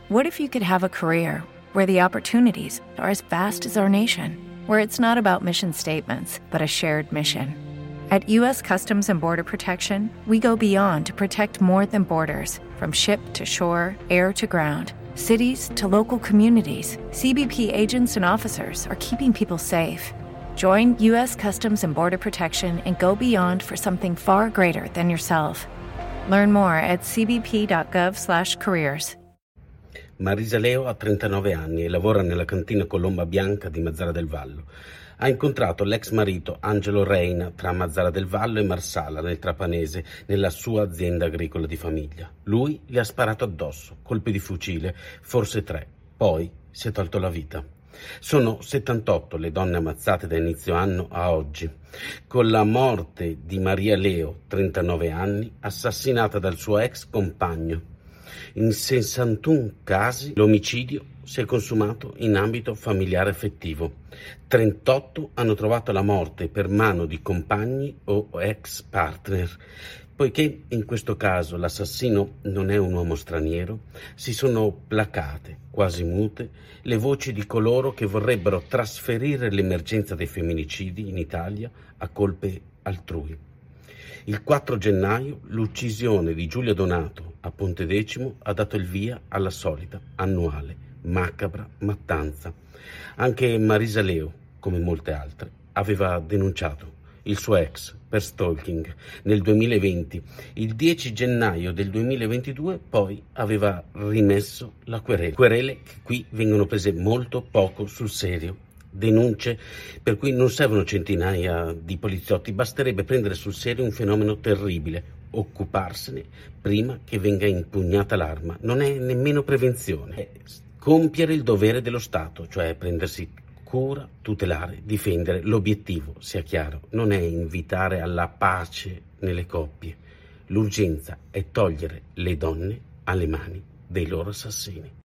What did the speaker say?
What if you could have a career where the opportunities are as vast as our nation, where it's not about mission statements, but a shared mission? At U.S. Customs and Border Protection, we go beyond to protect more than borders. From ship to shore, air to ground, cities to local communities, CBP agents and officers are keeping people safe. Join U.S. Customs and Border Protection and go beyond for something far greater than yourself. Learn more at cbp.gov/careers. Marisa Leo ha 39 anni e lavora nella cantina Colomba Bianca di Mazara del Vallo. Ha incontrato l'ex marito Angelo Reina tra Mazara del Vallo e Marsala nel Trapanese, nella sua azienda agricola di famiglia. Lui le ha sparato addosso, colpi di fucile, forse 3. Poi si è tolto la vita. Sono 78 le donne ammazzate da inizio anno a oggi, con la morte di Maria Leo, 39 anni, assassinata dal suo ex compagno. In 61 casi l'omicidio si è consumato in ambito familiare affettivo. 38 hanno trovato la morte per mano di compagni o ex partner. Poiché in questo caso l'assassino non è un uomo straniero, si sono placate, quasi mute, le voci di coloro che vorrebbero trasferire l'emergenza dei femminicidi in Italia a colpe altrui. Il 4 gennaio l'uccisione di Giulia Donato a Pontedecimo ha dato il via alla solita, annuale, macabra mattanza. Anche Marisa Leo, come molte altre, aveva denunciato il suo ex per stalking nel 2020. Il 10 gennaio del 2022 poi aveva rimesso la querela. Querele che qui vengono prese molto poco sul serio. Denunce per cui non servono centinaia di poliziotti, basterebbe prendere sul serio un fenomeno terribile, occuparsene prima che venga impugnata l'arma. Non è nemmeno prevenzione, è compiere il dovere dello Stato, cioè prendersi cura, tutelare, difendere. L'obiettivo, sia chiaro, non è invitare alla pace nelle coppie. L'urgenza è togliere le donne alle mani dei loro assassini.